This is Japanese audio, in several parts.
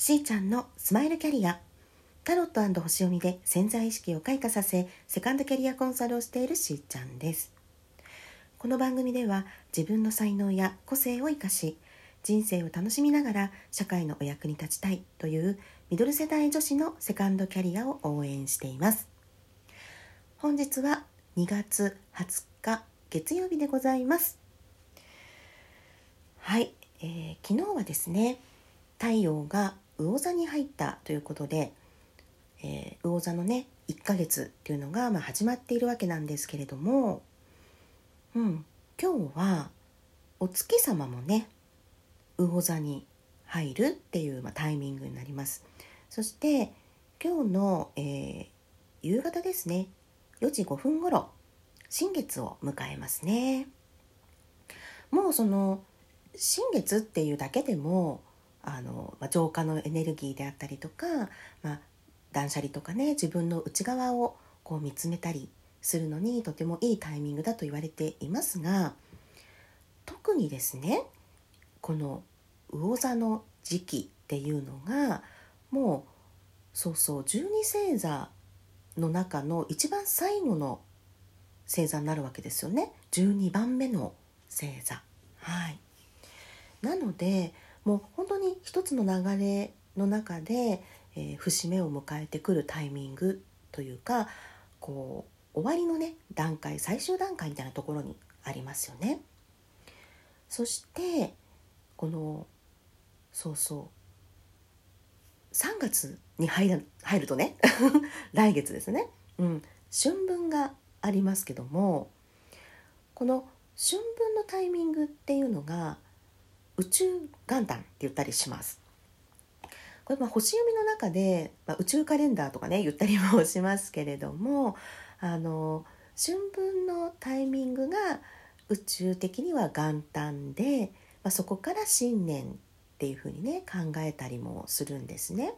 しーちゃんのスマイルキャリア。タロット&星読みで潜在意識を開花させ、セカンドキャリアコンサルをしているしーちゃんです。この番組では自分の才能や個性を生かし、人生を楽しみながら社会のお役に立ちたいというミドル世代女子のセカンドキャリアを応援しています。本日は2月20日月曜日でございます。はい、昨日はですね、太陽が魚座に入ったということで、魚座のね1ヶ月っていうのが始まっているわけなんですけれども、今日はお月様もね魚座に入るっていう、タイミングになります。そして今日の、夕方ですね、4時5分頃新月を迎えますね。もうその新月っていうだけでも浄化のエネルギーであったりとか、断捨離とかね、自分の内側をこう見つめたりするのにとてもいいタイミングだと言われていますが、特にですね、この魚座の時期っていうのがもう12星座の中の一番最後の星座になるわけですよね。12番目の星座。はい。なのでもう本当に一つの流れの中で、節目を迎えてくるタイミングというか、こう終わりのね段階、最終段階みたいなところにありますよね。そしてこの3月に入るとね来月ですね、春分がありますけども、この春分のタイミングっていうのが宇宙元旦って言ったりします。これ星読みの中で、宇宙カレンダーとかね言ったりもしますけれども、春分のタイミングが宇宙的には元旦で、そこから新年っていう風にね考えたりもするんですね。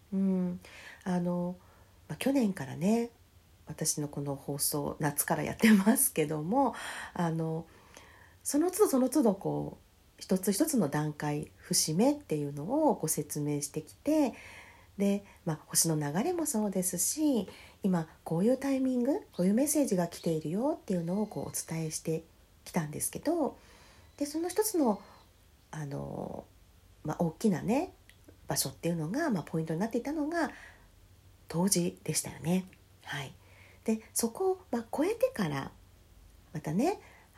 去年からね私のこの放送夏からやってますけども、その都度こう一つ一つの段階、節目っていうのをご説明してきて、で、星の流れもそうですし、今こういうタイミング、こういうメッセージが来ているよっていうのをこうお伝えしてきたんですけど、でその一つの大きなね場所っていうのが、ポイントになっていたのが冬至でしたよね。はい。でそこを、超えてからまたね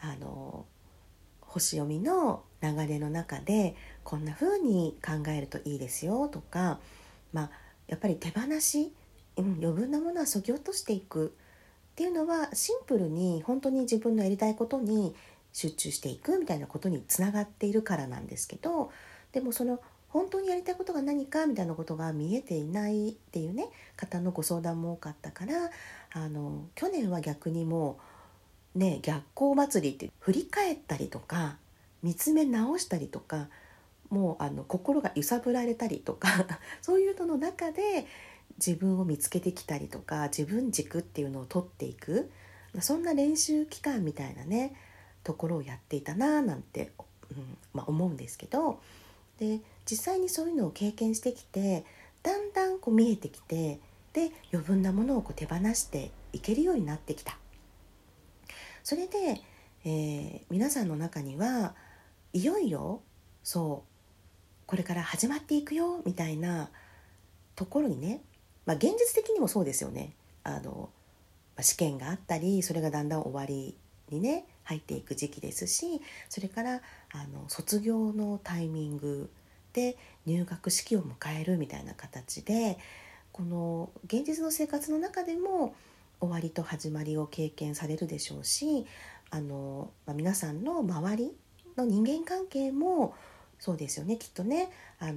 星読みの流れの中でこんな風に考えるといいですよとか、やっぱり手放し、余分なものは削ぎ落としていくっていうのはシンプルに本当に自分のやりたいことに集中していくみたいなことにつながっているからなんですけど、でもその本当にやりたいことが何かみたいなことが見えていないっていうね方のご相談も多かったから、去年は逆にもうね、逆行祭りって振り返ったりとか見つめ直したりとか、もう心が揺さぶられたりとかそういうのの中で自分を見つけてきたりとか、自分軸っていうのを取っていく、そんな練習期間みたいなねところをやっていたななんて、思うんですけど、で実際にそういうのを経験してきてだんだんこう見えてきて、で余分なものをこう手放していけるようになってきた。それで、皆さんの中にはいよいよこれから始まっていくよみたいなところにね、現実的にもそうですよね。試験があったり、それがだんだん終わりにね入っていく時期ですし、それから卒業のタイミングで入学式を迎えるみたいな形で、この現実の生活の中でも終わりと始まりを経験されるでしょうし、皆さんの周りの人間関係もそうですよね。きっとね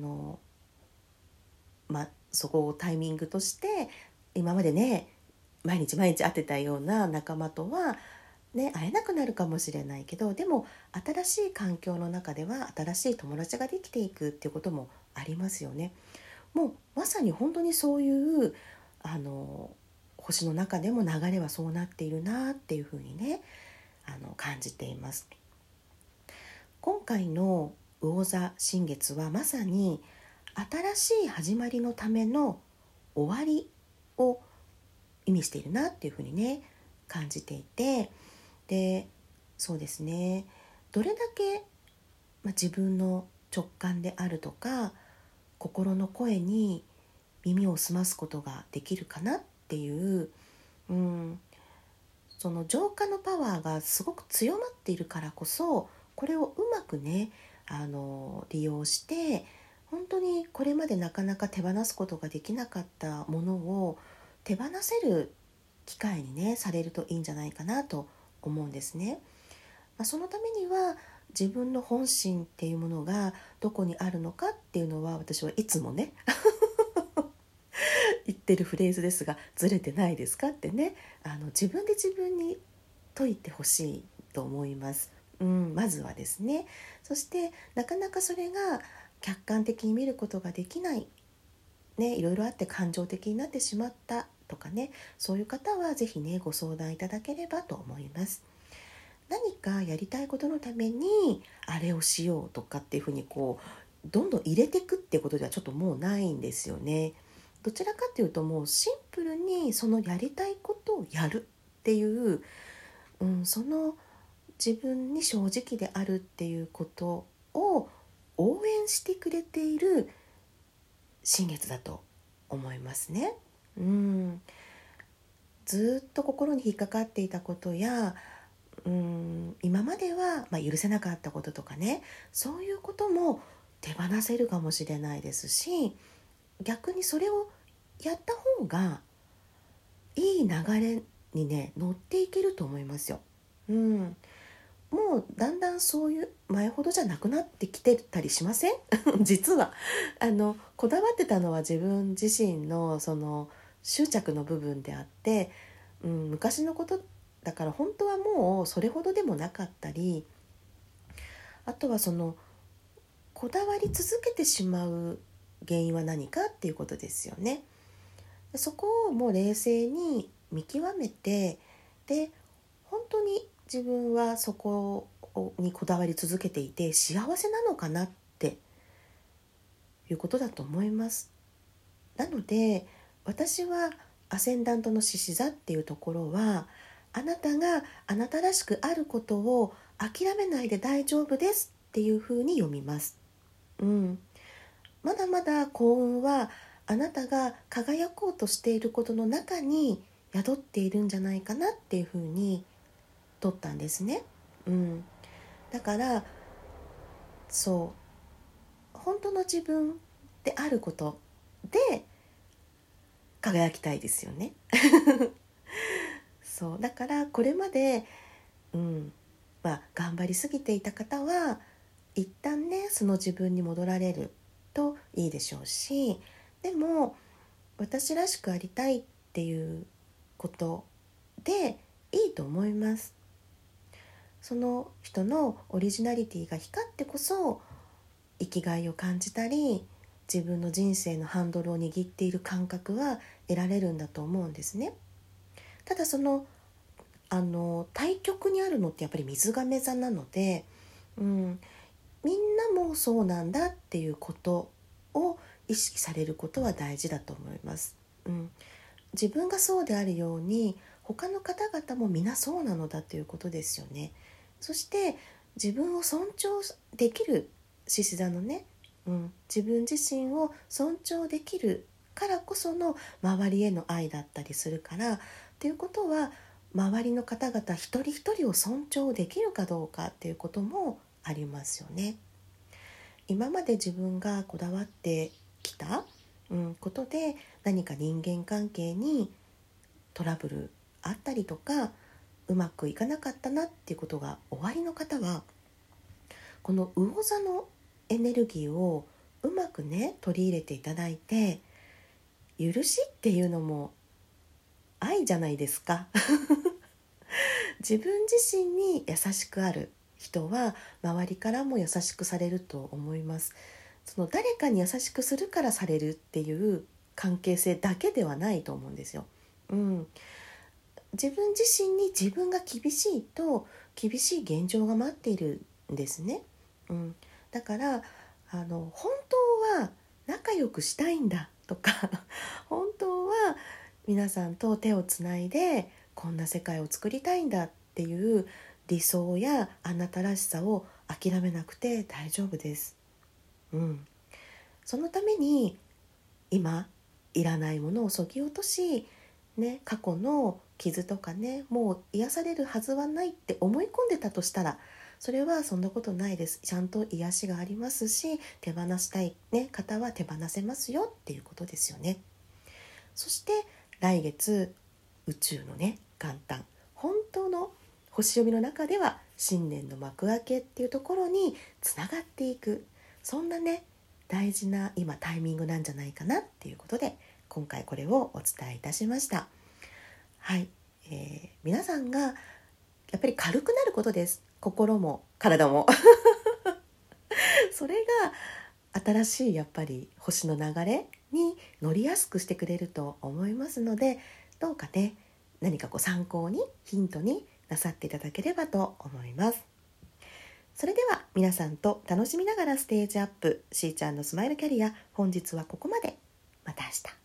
そこをタイミングとして今までね毎日会ってたような仲間とはね会えなくなるかもしれないけど、でも新しい環境の中では新しい友達ができていくっていうこともありますよね。もうまさに本当にそういう星の中でも流れはそうなっているなっていうふうにね感じています。今回の魚座新月はまさに新しい始まりのための終わりを意味しているなっていうふうにね感じていて、でそうですね、どれだけ、自分の直感であるとか心の声に耳を澄ますことができるかなっていう、その浄化のパワーがすごく強まっているからこそ、これをうまくね利用して本当にこれまでなかなか手放すことができなかったものを手放せる機会にねされるといいんじゃないかなと思うんですね。そのためには自分の本心っていうものがどこにあるのかっていうのは、私はいつもね言ってるフレーズですが、ずれてないですかってね、自分で自分に解いてほしいと思います。まずはですね。そしてなかなかそれが客観的に見ることができない、いろいろあって感情的になってしまったとかね、そういう方はぜひねご相談いただければと思います。何かやりたいことのためにあれをしようとかっていうふうにどんどん入れていくってことではちょっともうないんですよね。どちらかというともうシンプルにそのやりたいことをやるっていう、その自分に正直であるっていうことを応援してくれている新月だと思いますね。ずっと心に引っかかっていたことや今までは、許せなかったこととかね、そういうことも手放せるかもしれないですし、逆にそれをやった方がいい流れにね乗っていけると思いますよ。もうだんだんそういう前ほどじゃなくなってきてたりしません実はこだわってたのは自分自身のその執着の部分であって、昔のことだから本当はもうそれほどでもなかったり、あとはそのこだわり続けてしまう原因は何かっていうことですよね。そこをもう冷静に見極めて、で本当に自分はそこにこだわり続けていて幸せなのかなっていうことだと思います。なので私はアセンダントの獅子座っていうところは、あなたがあなたらしくあることを諦めないで大丈夫ですっていうふうに読みます。まだまだ幸運はあなたが輝こうとしていることの中に宿っているんじゃないかなっていうふうに取ったんですね。だから本当の自分であることで輝きたいですよねだからこれまで、頑張りすぎていた方は一旦ねその自分に戻られるといいでしょうし、でも私らしくありたいっていうことでいいと思います。その人のオリジナリティが光ってこそ生きがいを感じたり、自分の人生のハンドルを握っている感覚は得られるんだと思うんですね。ただその対極にあるのってやっぱり水亀座なので、みんなもそうなんだっていうことを意識されることは大事だと思います。自分がそうであるように他の方々も皆そうなのだということですよね。そして自分を尊重できる獅子座のね、自分自身を尊重できるからこその周りへの愛だったりするからということは、周りの方々一人一人を尊重できるかどうかっていうこともありますよね。今まで自分がこだわってきた、ことで何か人間関係にトラブルあったりとかうまくいかなかったなっていうことがおありの方は、この魚座のエネルギーをうまくね取り入れていただいて、許しっていうのも愛じゃないですか自分自身に優しくある人は周りからも優しくされると思います。その誰かに優しくするからされるっていう関係性だけではないと思うんですよ。自分自身に自分が厳しいと厳しい現状が待っているんですね。だから本当は仲良くしたいんだとか本当は皆さんと手をつないでこんな世界を作りたいんだっていう理想やあなたらしさを諦めなくて大丈夫です。そのために今いらないものを削ぎ落とし、過去の傷とかもう癒されるはずはないって思い込んでたとしたら、それはそんなことないです。ちゃんと癒しがありますし、手放したい、方は手放せますよっていうことですよね。そして来月宇宙の元旦、本当の星読みの中では新年の幕開けっていうところにつながっていく、そんな大事な今タイミングなんじゃないかなっていうことで今回これをお伝えいたしました。はい、皆さんがやっぱり軽くなることです。心も体もそれが新しいやっぱり星の流れに乗りやすくしてくれると思いますので、どうか何か参考にヒントになさっていただければと思います。それでは皆さんと楽しみながらステージアップ、しーちゃんのスマイルキャリア、本日はここまで。また明日。